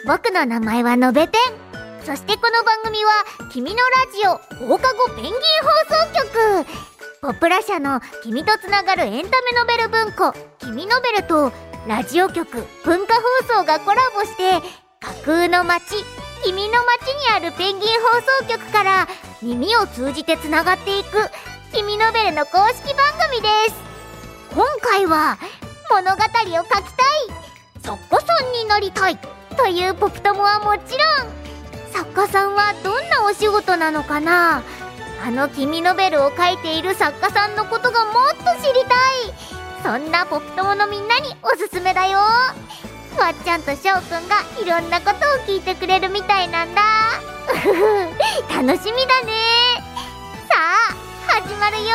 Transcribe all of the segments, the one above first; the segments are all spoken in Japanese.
僕の名前はのべペン。そしてこの番組は君のラジオ放課後ペンギン放送局、ポップラ社の君とつながるエンタメノベル文庫君ノベルとラジオ局文化放送がコラボして、架空の街君の街にあるペンギン放送局から耳を通じてつながっていく君ノベルの公式番組です。今回は物語を書きたい、作家さんになりたいというポプトモはもちろん、作家さんはどんなお仕事なのかな。君ノベルを書いている作家さんのことがもっと知りたい。そんなポプトモのみんなにおすすめだよ。わっちゃんとしょうくんがいろんなことを聞いてくれるみたいなんだ。楽しみだね。さあ始まるよ。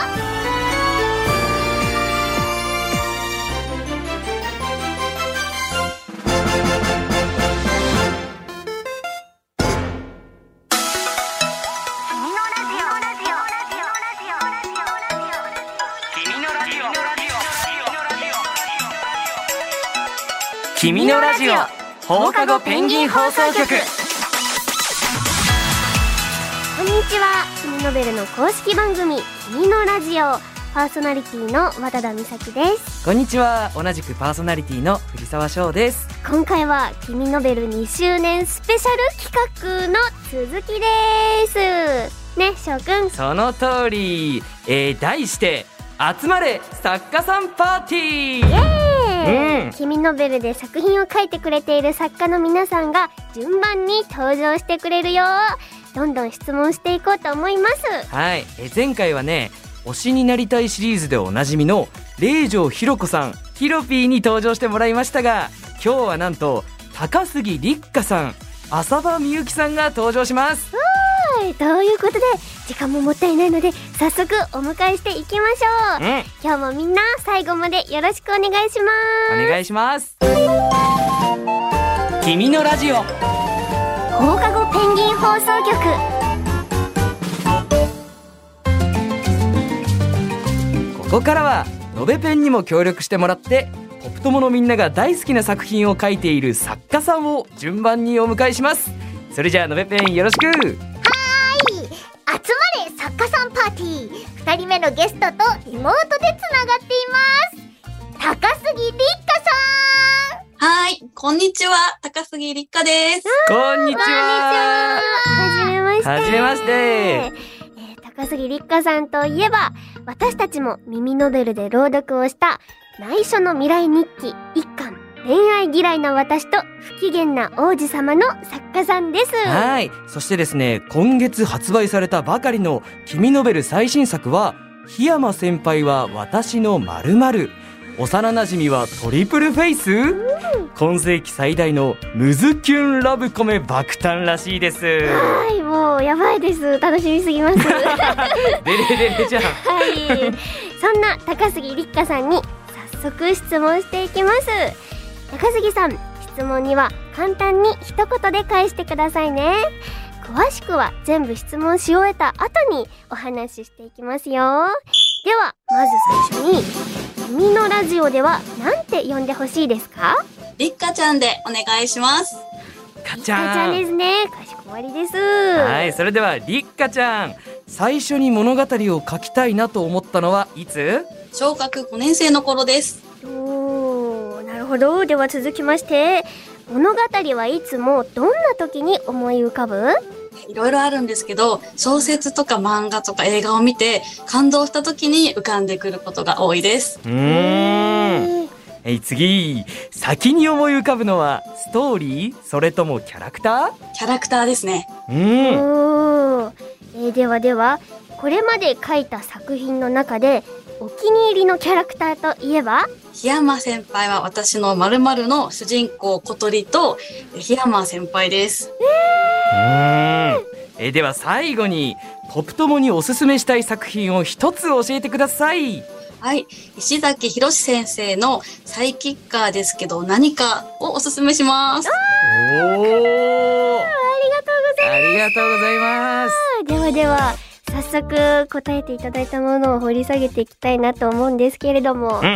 君のラジオ放課後ペンギン放送局。 こんにちは。君ノベルの公式番組君のラジオパーソナリティの渡田美咲です。 こんにちは。同じくパーソナリティの藤沢翔です。 今回は君ノベル2周年スペシャル企画の続きですね、翔くん。 その通り、題して集まれ作家さんパーティー。 イエーイ、君ノベルで作品を書いてくれている作家の皆さんが順番に登場してくれるよ。どんどん質問していこうと思います。 はい、前回はね、推しになりたいシリーズでおなじみの令城ひろ子さん、ヒロピーに登場してもらいましたが、今日はなんと高杉立花さん、浅場みゆきさんが登場します。 ということで時間ももったいないので早速お迎えしていきましょう。今日もみんな最後までよろしくお願いします。 お願いします。君のラジオ放課後ペンギン放送局。 ここからはのべペンにも協力してもらって、ポプトモのみんなが大好きな作品を書いている作家さんを順番にお迎えします。それじゃあのべペンよろしく。 集まれ作家さんパーティー。2人目のゲストとリモートでつながっています。高杉立花さん。 はい、こんにちは。高杉立花です。 こんにちは。 はじめまして。 はじめまして。 高杉立花さんといえば、私たちも耳ノベルで朗読をした内緒の未来日記一巻、恋愛嫌いな私と不機嫌な王子様の作家さんです。 はい。そしてですね、今月発売されたばかりの君ノベル最新作は、檜山先輩は私の〇〇、幼馴染はトリプルフェイス、今世紀最大のムズキュンラブコメ爆誕らしいです。 はい、もうやばいです。楽しみすぎます。 デレデレじゃん。 はい。そんな高杉立花さんに早速質問していきます。高杉さん、質問には簡単に一言で返してくださいね。詳しくは全部質問し終えた後にお話ししていきますよ。ではまず最初に、君のラジオではなんて呼んでほしいですか？ 立花ちゃんでお願いします。 かち立花ちゃんですね。かしこまりです。 はい、それでは立花ちゃん、最初に物語を書きたいなと思ったのはいつ？ 小学5年生の頃です。 なるほど。では続きまして、物語はいつもどんな時に思い浮かぶ？ いろいろあるんですけど、小説とか漫画とか映画を見て感動した時に浮かんでくることが多いです。 次、先に思い浮かぶのはストーリー、それともキャラクター？ キャラクターですね。 ではこれまで書いた作品の中でお気に入りのキャラクターといえば？ 檜山先輩は私の〇〇の主人公小鳥と檜山先輩です。 では最後にポプトモにおすすめしたい作品を一つ教えてください。 はい、石崎博先生のサイキッカーですけど何かをおすすめします。 ありがとうございます。 ありがとうございます。 では早速答えていただいたものを掘り下げていきたいなと思うんですけれども、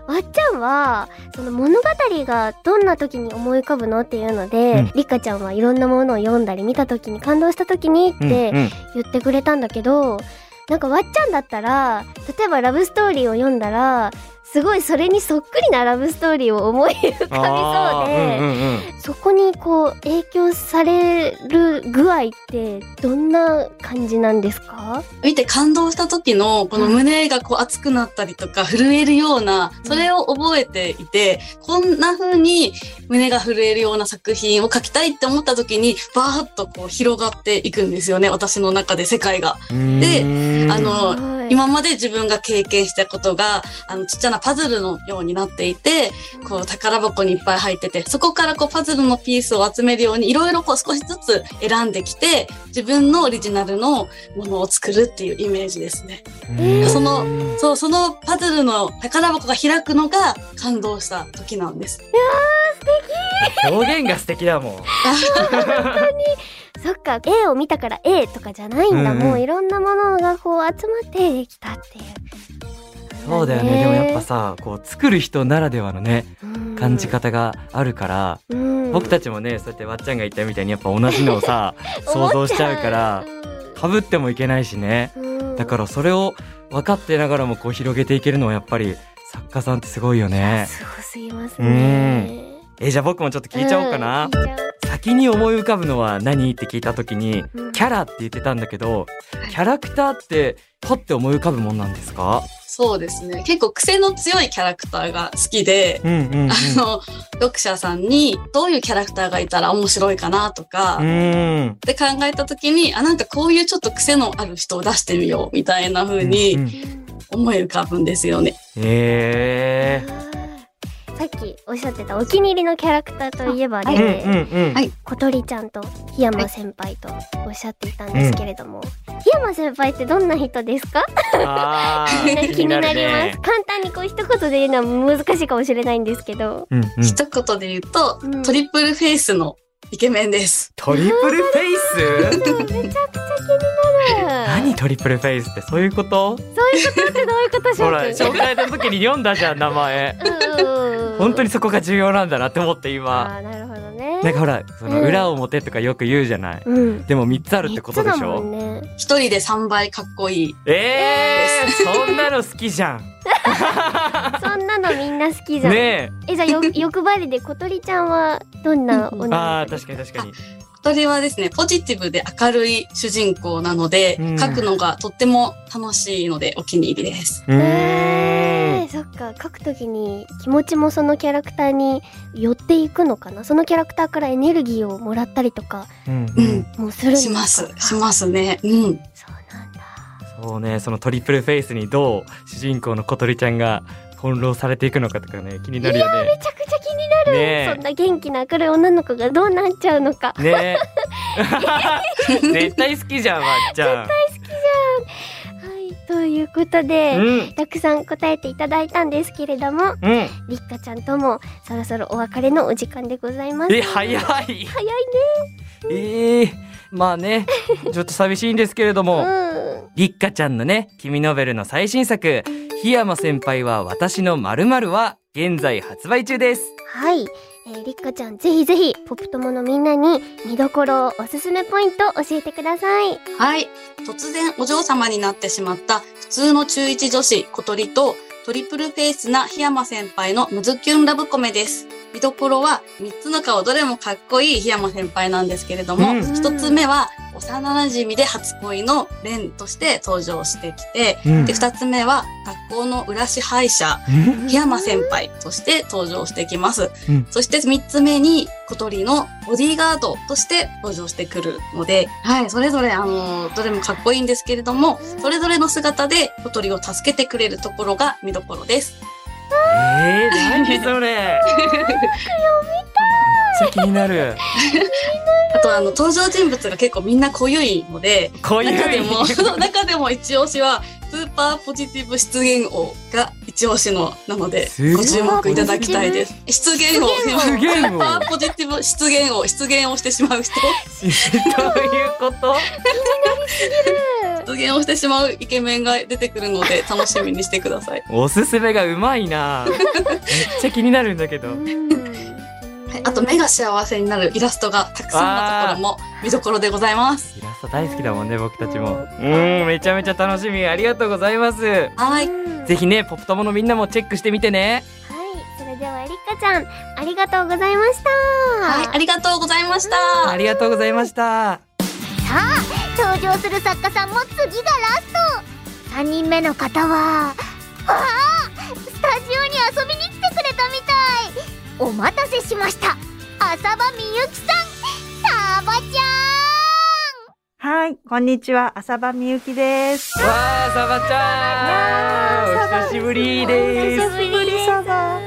わっちゃんはその物語がどんな時に思い浮かぶのっていうので、りっかちゃんはいろんなものを読んだり見た時に感動した時にって言ってくれたんだけど、なんかわっちゃんだったら例えばラブストーリーを読んだらすごいそれにそっくりなラブストーリーを思い浮かびそうで、そこにこう影響される具合ってどんな感じなんですか？ 見て感動した時のこの胸がこう熱くなったりとか震えるような、それを覚えていて、こんな風に胸が震えるような作品を書きたいって思った時にバーッとこう広がっていくんですよね、私の中で世界が。で、今まで自分が経験したことがちっちゃなパズルのようになっていて、こう宝箱にいっぱい入ってて、そこからこうパズルのピースを集めるようにいろいろこう少しずつ選んできて、自分のオリジナルのものを作るっていうイメージですね。そのパズルの宝箱が開くのが感動した時なんです。 いやー素敵。 表現が素敵だもん。 本当に。そっか、絵を見たから A とかじゃないんだ、もういろんなものがこう集まってできたっていう。 そうだよね。でもやっぱさ、こう作る人ならではのね、感じ方があるから、僕たちもね、そうやってわっちゃんが言ったみたいにやっぱ同じのをさ想像しちゃうから被ってもいけないしね。だからそれを分かってながらもこう広げていけるのはやっぱり作家さんってすごいよね。 すごすぎますね。 じゃあ僕もちょっと聞いちゃおうかな。先に思い浮かぶのは何って聞いた時に、キャラって言ってたんだけど、キャラクターってパッて思い浮かぶもんなんですか？ そうですね。結構癖の強いキャラクターが好きで、読者さんにどういうキャラクターがいたら面白いかなとか、って考えた時に、なんかこういうちょっと癖のある人を出してみようみたいな風に思い浮かぶんですよね。 さっきおっしゃってたお気に入りのキャラクターといえばね、小鳥ちゃんと檜山先輩とおっしゃっていたんですけれども、檜山先輩ってどんな人ですか？気になります。簡単にこう一言で言うのは難しいかもしれないんですけど、 一言で言うと、トリプルフェイスのイケメンです。 トリプルフェイス？ めちゃくちゃ気になる。 何トリプルフェイスってそういうこと？ そういうことってどういうこと？ ほら、紹介の時に読んだじゃん、名前。本当にそこが重要なんだなって思って今。 なるほどね。 なんかほら、その裏表とかよく言うじゃない。でも3つあるってことでしょ。 一人で3倍かっこいい。 そんなの好きじゃん。 そんなのみんな好きじゃん。ねえ。じゃあ欲張りで小鳥ちゃんはどんな女の子？ 確かに確かに。 小鳥はですね、ポジティブで明るい主人公なので、書くのがとっても楽しいのでお気に入りです。 そっか、書くときに気持ちもそのキャラクターに寄っていくのかな。そのキャラクターからエネルギーをもらったりとかもするんですか？ しますね。 そうなんだ。 そうね、そのトリプルフェイスにどう主人公の小鳥ちゃんが翻弄されていくのかとかね、気になるよね。 いや、めちゃくちゃ気になる、ね、そんな元気な明るい女の子がどうなっちゃうのかね。 絶対好きじゃん、わっちゃん。 絶対好きじゃん。はい、ということで、たくさん答えていただいたんですけれども、りっかちゃんともそろそろお別れのお時間でございます。 早いね。 まあね、ちょっと寂しいんですけれども、りっかちゃんのね、君ノベルの最新作、檜山先輩は私の〇〇は現在発売中です。 はい、りっかちゃんぜひぜひポップ友のみんなに見どころ、おすすめポイント教えてください。 はい、突然お嬢様になってしまった普通の中1女子小鳥とトリプルフェイスな檜山先輩のムズキュンラブコメです。見どころは3つの顔どれもかっこいい檜山先輩なんですけれども、1つ目は幼馴染で初恋のレンとして登場してきて、で2つ目は学校の裏支配者檜山先輩として登場してきます。そして3つ目に小鳥のボディーガードとして登場してくるので、はい、それぞれどれもかっこいいんですけれども、それぞれの姿で小鳥を助けてくれるところが見どころです。 何それ。めっちゃ気になる。 あと登場人物が結構みんな濃ゆいので、中でも一押しはスーパーポジティブ出現王が一押しのなのでご注目いただきたいです。出現王、スーパーポジティブ出現をしてしまう人。 どういうこと？ 気になりすぎる。 発言をしてしまうイケメンが出てくるので楽しみにしてください。 おすすめがうまいな。めっちゃ気になるんだけど。 はい、あと目が幸せになるイラストがたくさんのところも見どころでございます。 イラスト大好きだもんね、僕たちも。めちゃめちゃ楽しみ。ありがとうございます。 はい。 ぜひね、ポップ友のみんなもチェックしてみてね。 はい、それではりっかちゃん、ありがとうございました。 はい、ありがとうございました。 ありがとうございました。 さあ、登場する作家さんも次がラスト。3人目の方は、スタジオに遊びに来てくれたみたい。お待たせしました。浅場みゆきさん、サバちゃん。 はい、こんにちは、浅場みゆきです。 わー、サバちゃん、お久しぶりです。 お久しぶりです。わー、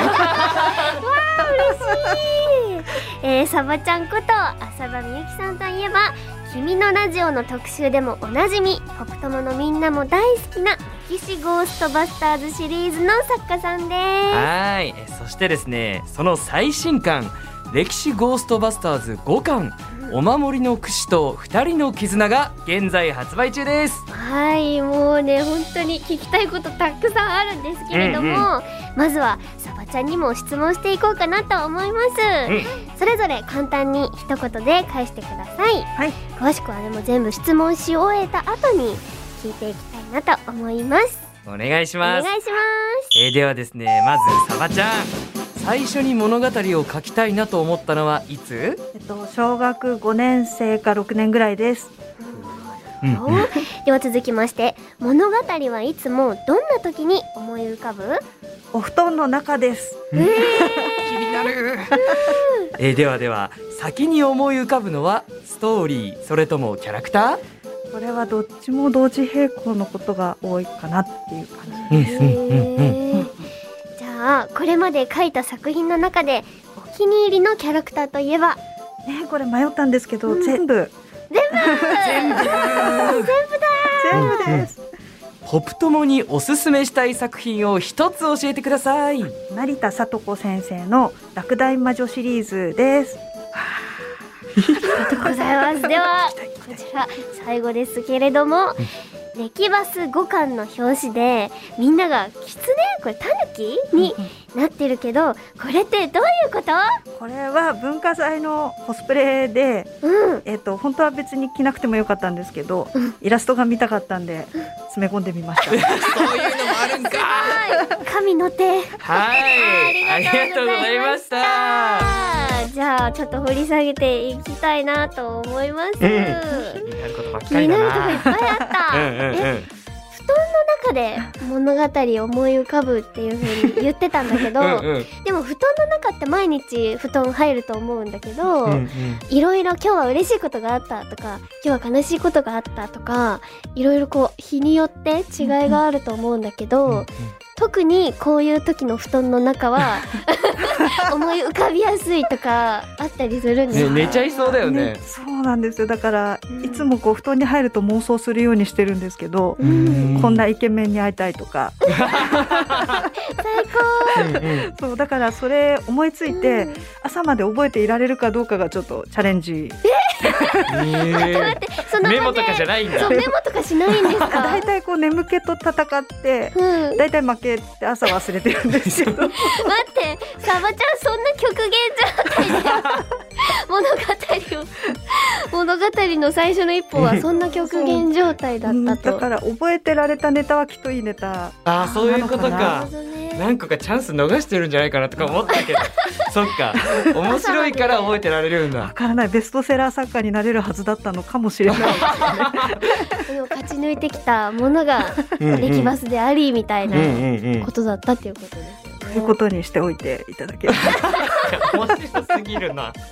嬉しい。サバちゃんこと浅場みゆきさんといえば、君のラジオの特集でもおなじみ、ポップ友のみんなも大好きな歴史ゴーストバスターズシリーズの作家さんです。 はい、そしてですね、その最新刊歴史ゴーストバスターズ5巻、お守りの櫛と二人の絆が現在発売中です。 はい、もうね、本当に聞きたいことたくさんあるんですけれども、まずはサバちゃんにも質問していこうかなと思います。それぞれ簡単に一言で返してください。 はい、 詳しくはね、もう全部質問し終えた後に聞いていきたいなと思います。 お願いします。 お願いします。 ではですね、まずサバちゃん、最初に物語を書きたいなと思ったのはいつ？ 小学5年生か6年ぐらいです。 では続きまして、物語はいつもどんな時に思い浮かぶ？ お布団の中です。 気になる。では先に思い浮かぶのはストーリー、それともキャラクター？ これはどっちも同時並行のことが多いかなっていう感じです。 じゃあ、これまで書いた作品の中でお気に入りのキャラクターといえば？ ね、これ迷ったんですけど、全部です。 ポップ友におすすめしたい作品を一つ教えてください。 成田聡子先生の落第魔女シリーズです。 ありがとうございます。ではこちら最後ですけれども、レキバス5巻の表紙でみんながキツネ、これタヌキになってるけど、これってどういうこと？ これは文化祭のコスプレで、本当は別に着なくてもよかったんですけど、イラストが見たかったんで詰め込んでみました。 そういうのもあるんか。 神の手。 はい、ありがとうございました。 じゃあちょっと掘り下げていきたいなと思います。気になることばっかりだな。 気になることいっぱいあった。布団の中で物語を思い浮かぶっていう風に言ってたんだけど、でも布団の中って毎日布団入ると思うんだけど、いろいろ今日は嬉しいことがあったとか、今日は悲しいことがあったとか、いろいろこう日によって違いがあると思うんだけど、特にこういう時の布団の中は思い浮かびやすいとかあったりするんですか？ 寝ちゃいそうだよね。 そうなんですよ。だから、いつもこう布団に入ると妄想するようにしてるんですけど、こんなイケメンに会いたいとか最高。 そうだからそれ思いついて、朝まで覚えていられるかどうかがちょっとチャレンジ。 待って、そのメモとかじゃないんだ。 そう、メモとかしないんですか？ だいたいこう眠気と戦って、だいたい負けって朝忘れてるんですけど。 待って、サバちゃんそんな極限状態で物語の最初の一歩はそんな極限状態だったと。 だから覚えてられたネタはきっといいネタ。 あ、そういうことか。何個かチャンス逃してるんじゃないかなとか思ったけどそっか、面白いから覚えてられるんだ。 わからない、ベストセラー作家になれるはずだったのかもしれないでも勝ち抜いてきたものがレキバスでありみたいなことだったっていうことですよね。 ということにしておいていただければ。 面白すぎるな。 あ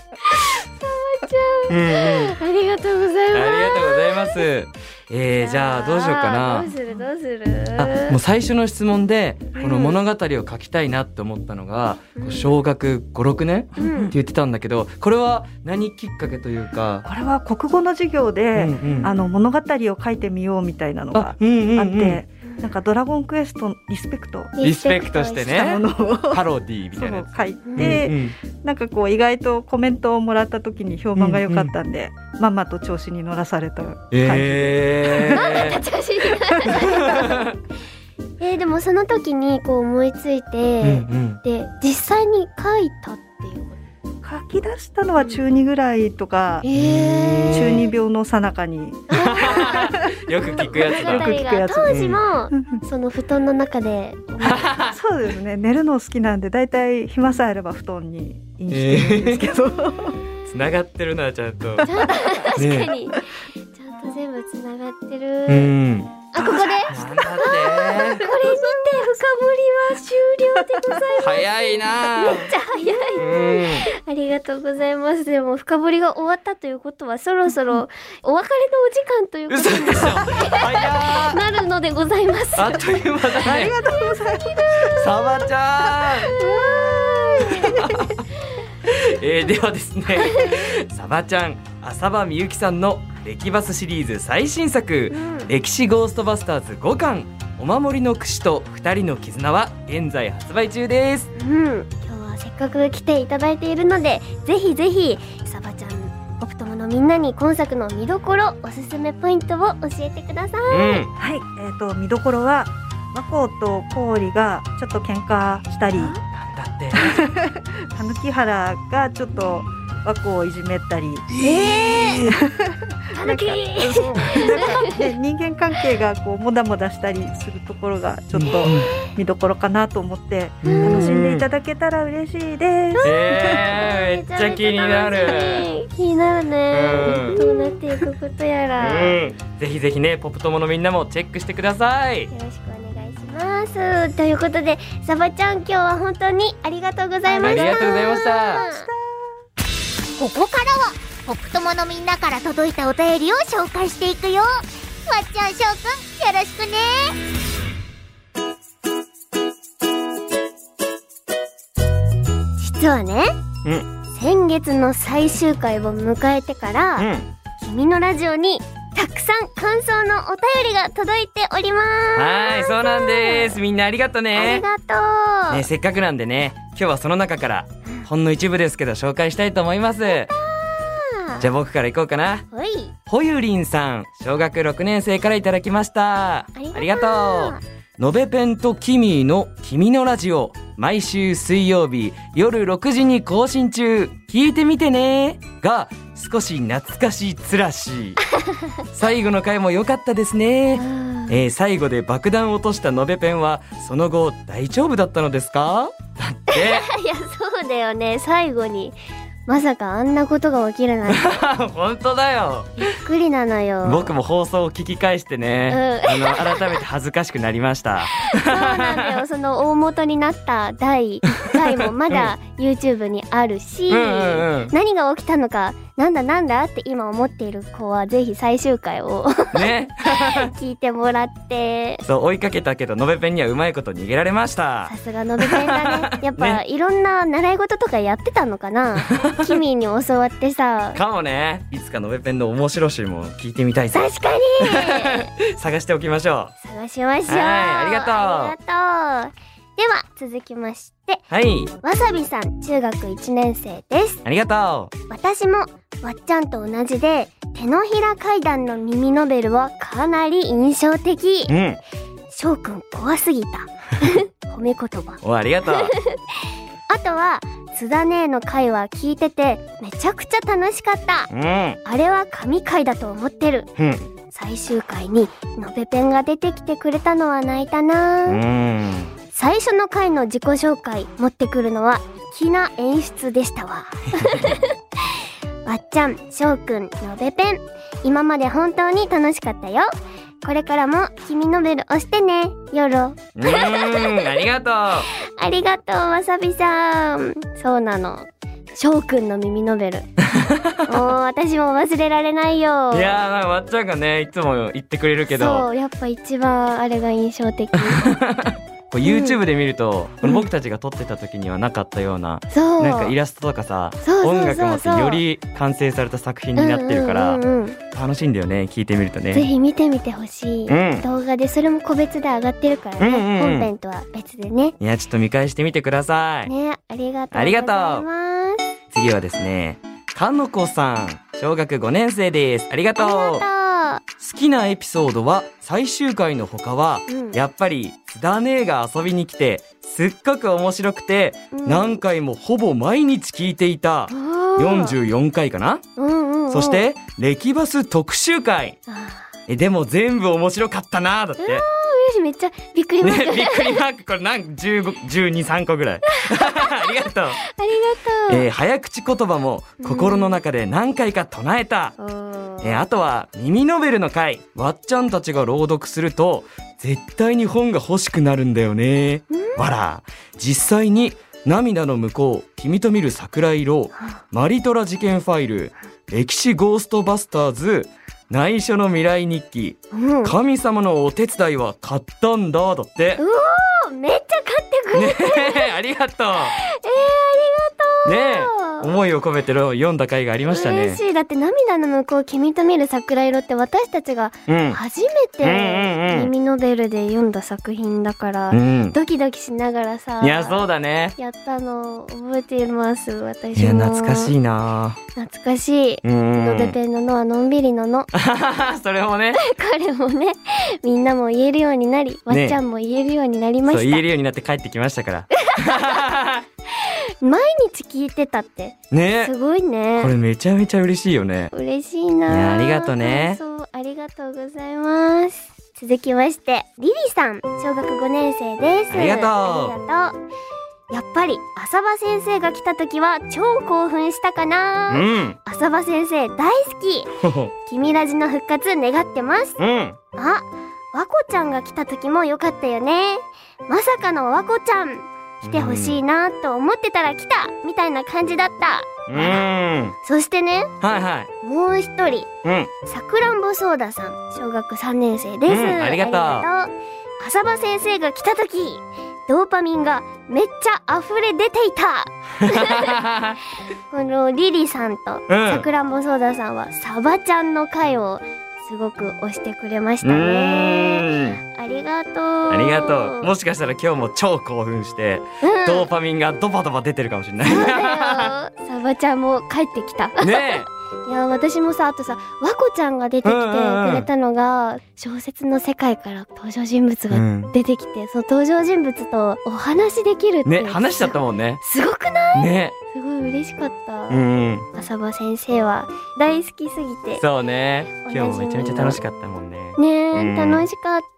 りがとうございます。 ありがとうございます。じゃあどうしようかな。 どうするもう最初の質問でこの物語を書きたいなって思ったのが、小学5、6年って言ってたんだけど、これは何きっかけというか？ これは国語の授業で、物語を書いてみようみたいなのがあって、 なんかドラゴンクエストリスペクトリスペクトしてしたもねのをパロディみたいなやつ書いて、なんかこう意外とコメントをもらった時に評判が良かったんで、ママと調子に乗らされた感じで、 調子に乗らされたでもその時にこう思いついて、で実際に書いたっていうこと書き出したのは中2ぐらいとか、中2病の最中によく聞くやつだ。 よく聞くやつ当時もその布団の中でそうですね、寝るの好きなんでだいたい暇さえあれば布団にインしてるんですけど、 つながってるなちゃんと。 確かに、ちゃんと全部つながってる。あ、ここでなんだってこれにて深掘りは終了でございます。 早いな。 めっちゃ早い。ありがとうございます。でも深掘りが終わったということはそろそろお別れのお時間ということに嘘でしょ。早なるのでございます。 あっという間だね。 ありがとうございます。 サバちゃん。ではですね、サバちゃん浅場みゆきさんの歴バスシリーズ最新作、歴史ゴーストバスターズ5巻お守りの櫛と2人の絆は現在発売中です。 今日はせっかく来ていただいているので、ぜひぜひサバちゃんポプトモのみんなに今作の見どころ、おすすめポイントを教えてください。 はい、見どころはマコとコウリがちょっと喧嘩したり、 なんだってたぬき原がちょっとワコをいじめたり、 たぬきで人間関係がこうもだもだしたりするところがちょっと見どころかなと思って楽しんでいただけたら嬉しいです。 めっちゃ気になる。 気になるね。どうなっていくことやら。 ぜひぜひね、ポプトモのみんなもチェックしてください。 よろしくお願いします。ということでサバちゃん、今日は本当にありがとうございました。 ありがとうございました。 ここからはポプトモのみんなから届いたお便りを紹介していくよ。わっちゃん、しょうくん、よろしくね。 実はね、先月の最終回を迎えてから、君のラジオにたくさん感想のお便りが届いております。 はい、そうなんです。みんなありがとあね。 りがとう。 ね、せっかくなんでね、今日はその中からほんの一部ですけど紹介したいと思います。じゃあ僕から行こうかな。 ほい。 ほゆりんさん、小学6年生からいただきました。ありがとう。のべペンとキミーの君のラジオ、毎週水曜日夜6時に更新中、聞いてみてねが少し懐かしいつらし最後の回も良かったですね。最後で爆弾を落としたのべペンはその後大丈夫だったのですか？だっていや、そうだよね。最後にまさかあんなことが起きるなんて本当だよ。 びっくりなのよ。 僕も放送を聞き返してね、改めて恥ずかしくなりました。 そうなんだよ。その大元になった第1回もまだ YouTube にあるし、何が起きたのかなんだって今思っている子はぜひ最終回をね聞いてもらって。 そう追いかけたけどのべペンにはうまいこと逃げられました。 さすがのべペンだね。やっぱ、 ね、 いろんな習い事とかやってたのかなキミに教わってさ。 かもね。いつかのべペンの面白しも聞いてみたいぜ。 確かに探しておきましょう。探しましょう。 ありがとう。 ありがとう。では続きまして、 はい、 わさびさん、中学1年生です。 ありがとう。 私もわっちゃんと同じで、手のひら階段のミニノベルはかなり印象的。しょうくん怖すぎた褒め言葉。 お、ありがとう。 あとは津田姉の回は聞いててめちゃくちゃ楽しかった。あれは神回だと思ってる。最終回にのべペンが出てきてくれたのは泣いたな。最初の回の自己紹介持ってくるのは粋な演出でしたわわっちゃん、しょうくん、のべペン、今まで本当に楽しかったよ。これからも君ノベル押してね、よろ。 ありがとう。 ありがとう、わさびさん。そうなの、しょうくんの耳ノベルもう私も忘れられないよ。 いやー、わっちゃんがねいつも言ってくれるけど、 そう、やっぱ一番あれが印象的こう YouTube で見ると、この僕たちが撮ってた時にはなかったような、 そうなんかイラストとかさ、 そう音楽もあってより完成された作品になってるから、 うんうんうんうん楽しいんだよね、聞いてみるとね。 ぜひ見てみてほしい、 うん動画でそれも個別で上がってるからね、 うんうんうん本編とは別でね。 いや、ちょっと見返してみてください。 ね、ありがとうございます。 ありがと次はですね、かのこさん、小学5年生です。ありがとう。 あ好きなエピソードは最終回の他は、 うんやっぱり津田姉が遊びに来てすっごく面白くて、 うん何回もほぼ毎日聞いていたりがとう。 44回かな、 うんうんうん、 そしてレキバス特集回、でも全部面白かったなだって嬉しい、めっちゃびっくりマーク、 ね、びっくりマークこれ12、3個ぐらいありがとう。 ありがとう、 早口言葉も心の中で何回か唱えた、あとは耳ノベルの回、わっちゃんたちが朗読すると絶対に本が欲しくなるんだよね。わら、実際に涙の向こう、君と見る桜色、マリトラ事件ファイル、歴史ゴーストバスターズ、内緒の未来日記、 うん、 神様のお手伝いは買ったんだだって。 めっちゃ買ってくれて、 ねえ、ありがとう。 ありがとう。 ねえ、思いを込めて読んだ回がありましたね。 嬉しい。だって涙の向こう君と見る桜色って私たちがうん、 初めて耳ノベルで読んだ作品だから、 うん、 ドキドキしながらさ、 いや、そうだね。 やったの覚えています。私も。 いや、懐かしいな。 懐かしい。 うんのべペンののはのんびりのの。 それもね、 彼もね、みんなも言えるようになり、わっちゃんも言えるようになりまそうした。 言えるようになって帰ってきましたから毎日聞いてたってね。 すごいね。 これめちゃめちゃ嬉しいよね。 嬉しいな。 いや、ありがとね。 そう、ありがとうございます。続きましてリリさん、小学5年生です。 ありがとう。 ありがとう。やっぱり浅場先生が来た時は超興奮したかな。 うん。 浅場先生大好き。君ラジの復活願ってます。 うん。 あ、わこちゃんが来た時も良かったよね。まさかのわこちゃん来てほしいなと思ってたら来たみたいな感じだった。そしてね、 はいはい。 もう一人、さくらんぼソーダさん、小学3年生です。 ありがとう。 浅場先生が来た時、ドーパミンがめっちゃ溢れ出ていた。このリリさんとさくらんぼソーダさんはサバちゃんの回をすごく推してくれましたね。ありがとう。 ありがとう。もしかしたら今日も超興奮して、ドーパミンがドバドバ出てるかもしれない。 そうだよ。サバちゃんも帰ってきた。 ねいや、私もさ、あとさ、わこちゃんが出てきてくれたのが、小説の世界から登場人物が出てきて、その登場人物とお話できるって。 ね、話しちゃったもんね。 すごくない？ ね。 すごい嬉しかった。浅場先生は大好きすぎて。 そうね。今日もめちゃめちゃ楽しかったもんね。 ねえ、楽しかった。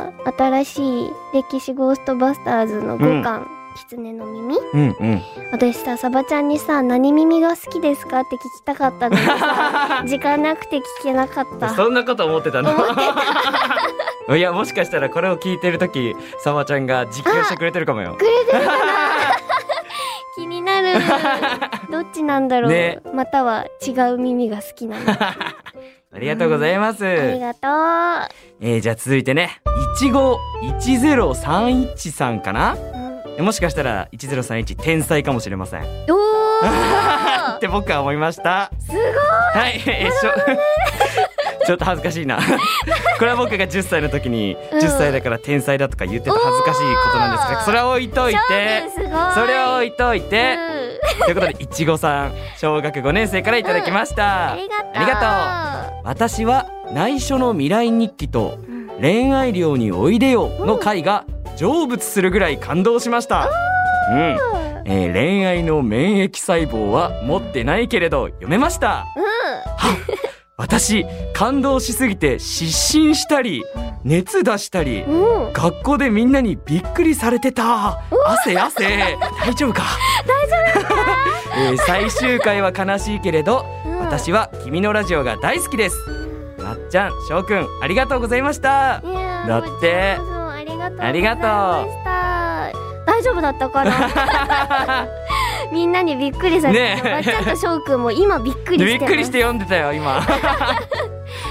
新しい歴史ゴーストバスターズの5巻。狐の耳、私さ、サバちゃんにさ、何耳が好きですかって聞きたかったのにさ時間なくて聞けなかった。 そんなこと思ってたの？いや、もしかしたらこれを聞いてるとき、サバちゃんが実況してくれてるかもよ。 くれてるかな気になる。どっちなんだろう、ね、または違う耳が好きなの。 ありがとうございます。 ありがとう。 じゃあ続いてね、151031さんかな。もしかしたら1031天才かもしれません。って僕は思いました。 すごい。 はい、ちょっと恥ずかしいな。これは僕が10歳の時に、10歳だから天才だとか言ってた恥ずかしいことなんですが、それは置いといて、それは置いといて、ということでいちごさん、小学5年生からいただきました。ありがとう。私は内緒の未来日記と恋愛寮においでよの回が成仏するぐらい感動しました。恋愛の免疫細胞は持ってないけれど読めました。私感動しすぎて失神したり熱出したり、学校でみんなにびっくりされてた。汗大丈夫か？大丈夫か？最終回は悲しいけれど、私は君のラジオが大好きです。まっちゃん、しょうくん、ありがとうございました。だってありがとう。 大丈夫だったかな。みんなにびっくりされて、まっちゃんとしょうくんも今びっくりしてます。 びっくりして読んでたよ今。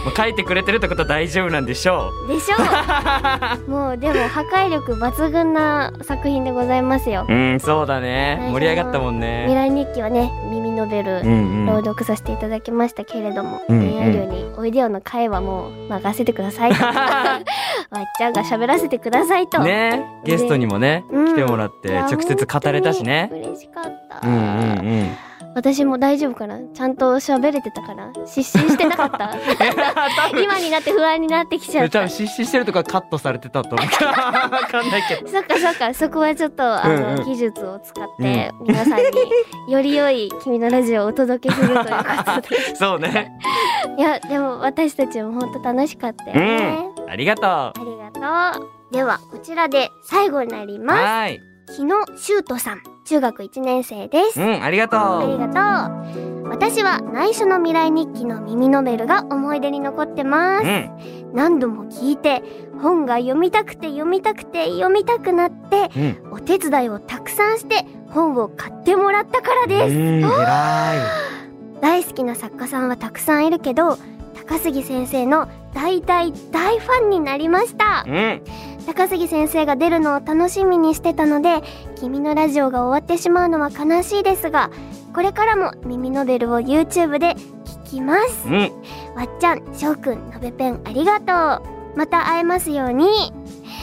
もう書いてくれてるってことは大丈夫なんでしょでしょうもうでも破壊力抜群な作品でございますよ。 う。そうだね、盛り上がったもん未ね。 来日記はね、耳ノベル朗読させていただきましたけれども、恋愛寮においでよの会はもう任せてくださいとわっちゃんが喋らせてくださいとね、ゲストにもね、来てもらって直接語れたしね。 嬉しかった、 私も大丈夫かな、ちゃんと喋れてたかな、失神してなかった今になって不安になってきちゃった。 多分失神してるとかカットされてたと思うわかんないけど。 そっかそっか、そこはちょっと技術を使って皆さんにより良い君のラジオをお届けするということでそうね。 いやでも私たちも本当楽しかったよね、 ありがとう。 ありがとう。ではこちらで最後になります。 はい。 日野修斗さん、中学1年生です。 ありがとう。 ありがとう。私は内緒の未来日記の耳ノベルが思い出に残ってます。何度も聞いて本が読みたくて読みたくて読みたくなって、お手伝いをたくさんして本を買ってもらったからです。 偉い。 大好きな作家さんはたくさんいるけど、高杉先生の大ファンになりました。高杉先生が出るのを楽しみにしてたので、君のラジオが終わってしまうのは悲しいですが、これからも耳ノベルを YouTube で聞きます。わっちゃん、しょうくん、のべペンありがとう。また会えますように。よか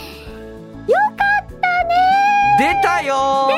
ったね。 出たよ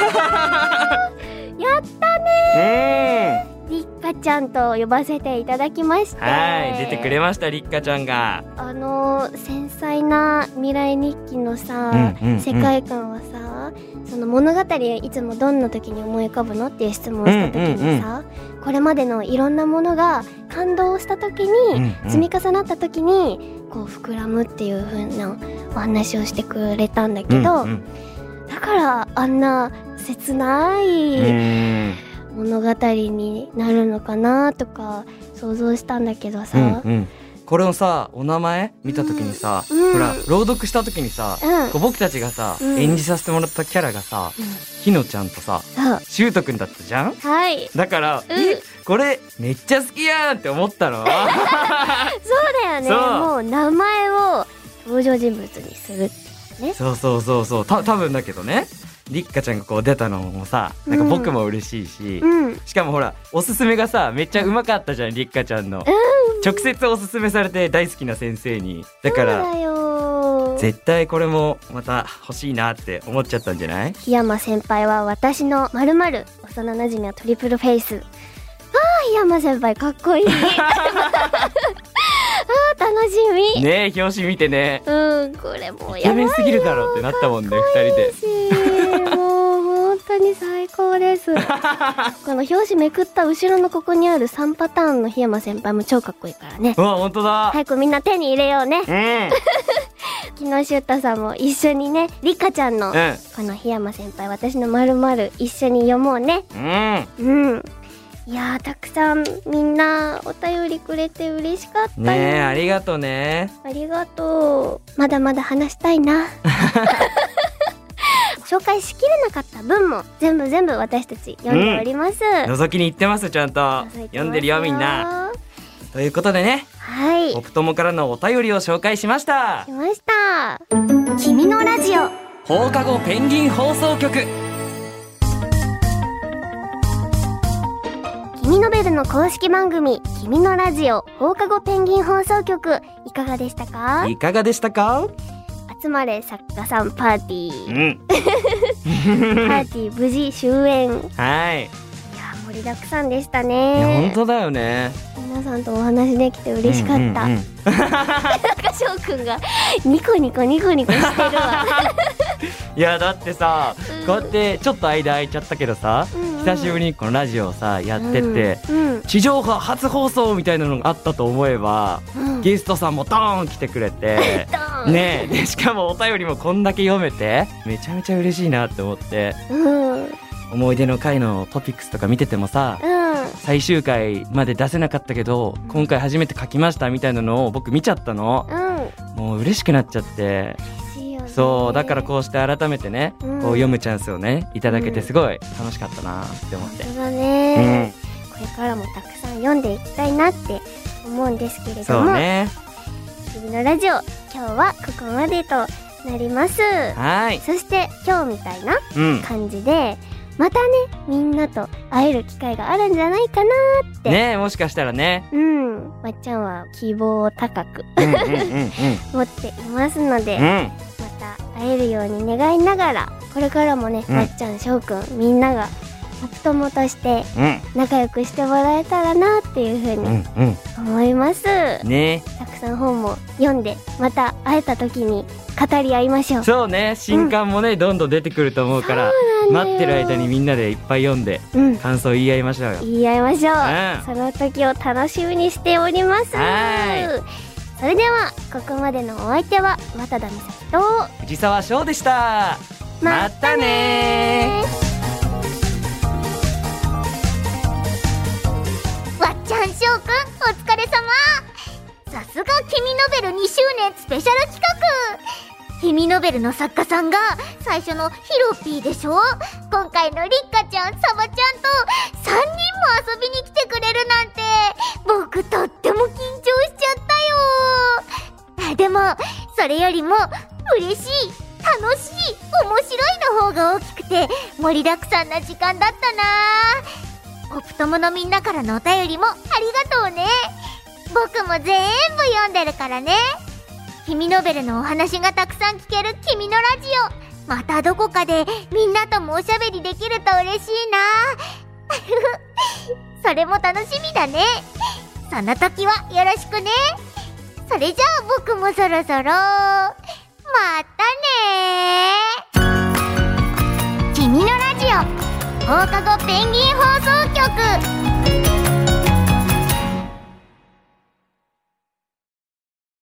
やったね。りっかちゃんと呼ばせていただきまして、 はい、出てくれました、りっかちゃんが。 繊細な未来日記のさ、世界観はさ、その物語いつもどんな時に思い浮かぶのっていう質問をした時にさ、これまでのいろんなものが感動した時に、積み重なった時にこう膨らむっていう風なお話をしてくれたんだけど、だからあんな切ない物語になるのかなとか想像したんだけどさ、 これをさ、お名前見た時にさ、ほら朗読した時にさ、こう僕たちがさ、演じさせてもらったキャラがさ、ひのちゃんとさ、しゅうとくんだったじゃん。だから、これめっちゃ好きやんって思ったの。そうだよね。もう名前を登場人物にするね。 そう多分だけどね、りっかちゃんがこう出たのもさ、なんか僕も嬉しいし、しかもほらおすすめがさめっちゃうまかったじゃん、りっかちゃんの、直接おすすめされて大好きな先生に。だから絶対これもまた欲しいなって思っちゃったんじゃない？ 檜山先輩は私の〇〇、幼馴染はトリプルフェイス。檜山先輩かっこいい。楽しみねえ、表紙見てね、 これもうイケメンすぎるだろうってなったもんね、2人で。 もう本当に最高です。この表紙めくった後ろのここにある3パターンの檜山先輩も超かっこいいからね。 うわ、本当だ。 早くみんな手に入れようね。昨日しゅうたさんも一緒にね、りかちゃんのこの檜山先輩私の〇〇一緒に読もうね。いやー、たくさんみんなお便りくれて嬉しかったよね。ありがとうね。 ありがとう。まだまだ話したいな。紹介しきれなかった分も全部私たち読んでおります。 覗きに行ってます、ちゃんと読んでるよみんな。ということでね、ポプ友からのお便りを紹介しました。 君のラジオ放課後ペンギン放送局。 君ノベルの公式番組君のラジオ放課後ペンギン放送局、いかがでしたか？集まれ作家さんパーティー、パーティー無事終演。 はい。 いや盛りだくさんでしたね。 いや本当だよね。 皆さんとお話できて嬉しかった。なんかしょうくんがニコニコしてるわ。 いやだってさ、こうやってちょっと間空いちゃったけどさ、久しぶりにこのラジオをさやってて、地上波初放送みたいなのがあったと思えば、ゲストさんもドーン来てくれてねえ、でしかもお便りもこんだけ読めてめちゃめちゃ嬉しいなって思って、思い出の回のトピックスとか見ててもさ、最終回まで出せなかったけど今回初めて書きましたみたいなのを僕見ちゃったの。もう嬉しくなっちゃって、そうだからこうして改めてね、こう読むチャンスをねいただけてすごい楽しかったなって思って。 そうだね、これからもたくさん読んでいきたいなって思思うんですけれどそうも、 ね。 君のラジオ今日はここまでとなります。 はい。 そして今日みたいなうん。 感じでまたねみんなと会える機会があるんじゃないかなってねえ、もしかしたらね。 まっちゃんは希望を高くうんうんうん持っていますので、 うん。うん。 また会えるように願いながらこれからもね、 うんまっちゃんしょうくんみんながお友としてうん。 仲良くしてもらえたらなっていう風にうんうん。 思います、 ねたくさん本も読んでまた会えた時に語り合いましょう。 そうね、新刊もね、どんどん出てくると思うから、待ってる間にみんなでいっぱい読んで、 うん感想言い合いましょうよ。 言い合いましょう、 うんその時を楽しみにしております。 はそれではここまでのお相手は渡田美咲と藤沢翔でした。またねー。 わっちゃんしょうくんお疲れ様。さすが君ノベル2周年スペシャル企画。君ノベルの作家さんが最初のヒロピーでしょ。今回のりっかちゃん、サバちゃんと3人も遊びに来てくれるなんて僕とっても緊張しちゃったよ。でもそれよりも嬉しい、楽しい、面白いの方が大きくて盛りだくさんな時間だったな。ポップ友のみんなからのお便りもありがとうね。僕も全部読んでるからね。君ノベルのお話がたくさん聞ける君のラジオ、またどこかでみんなともおしゃべりできると嬉しいな。それも楽しみだね。その時はよろしくね。それじゃあ僕もそろそろまたね。君のラジオ放課後ペンギン放送局。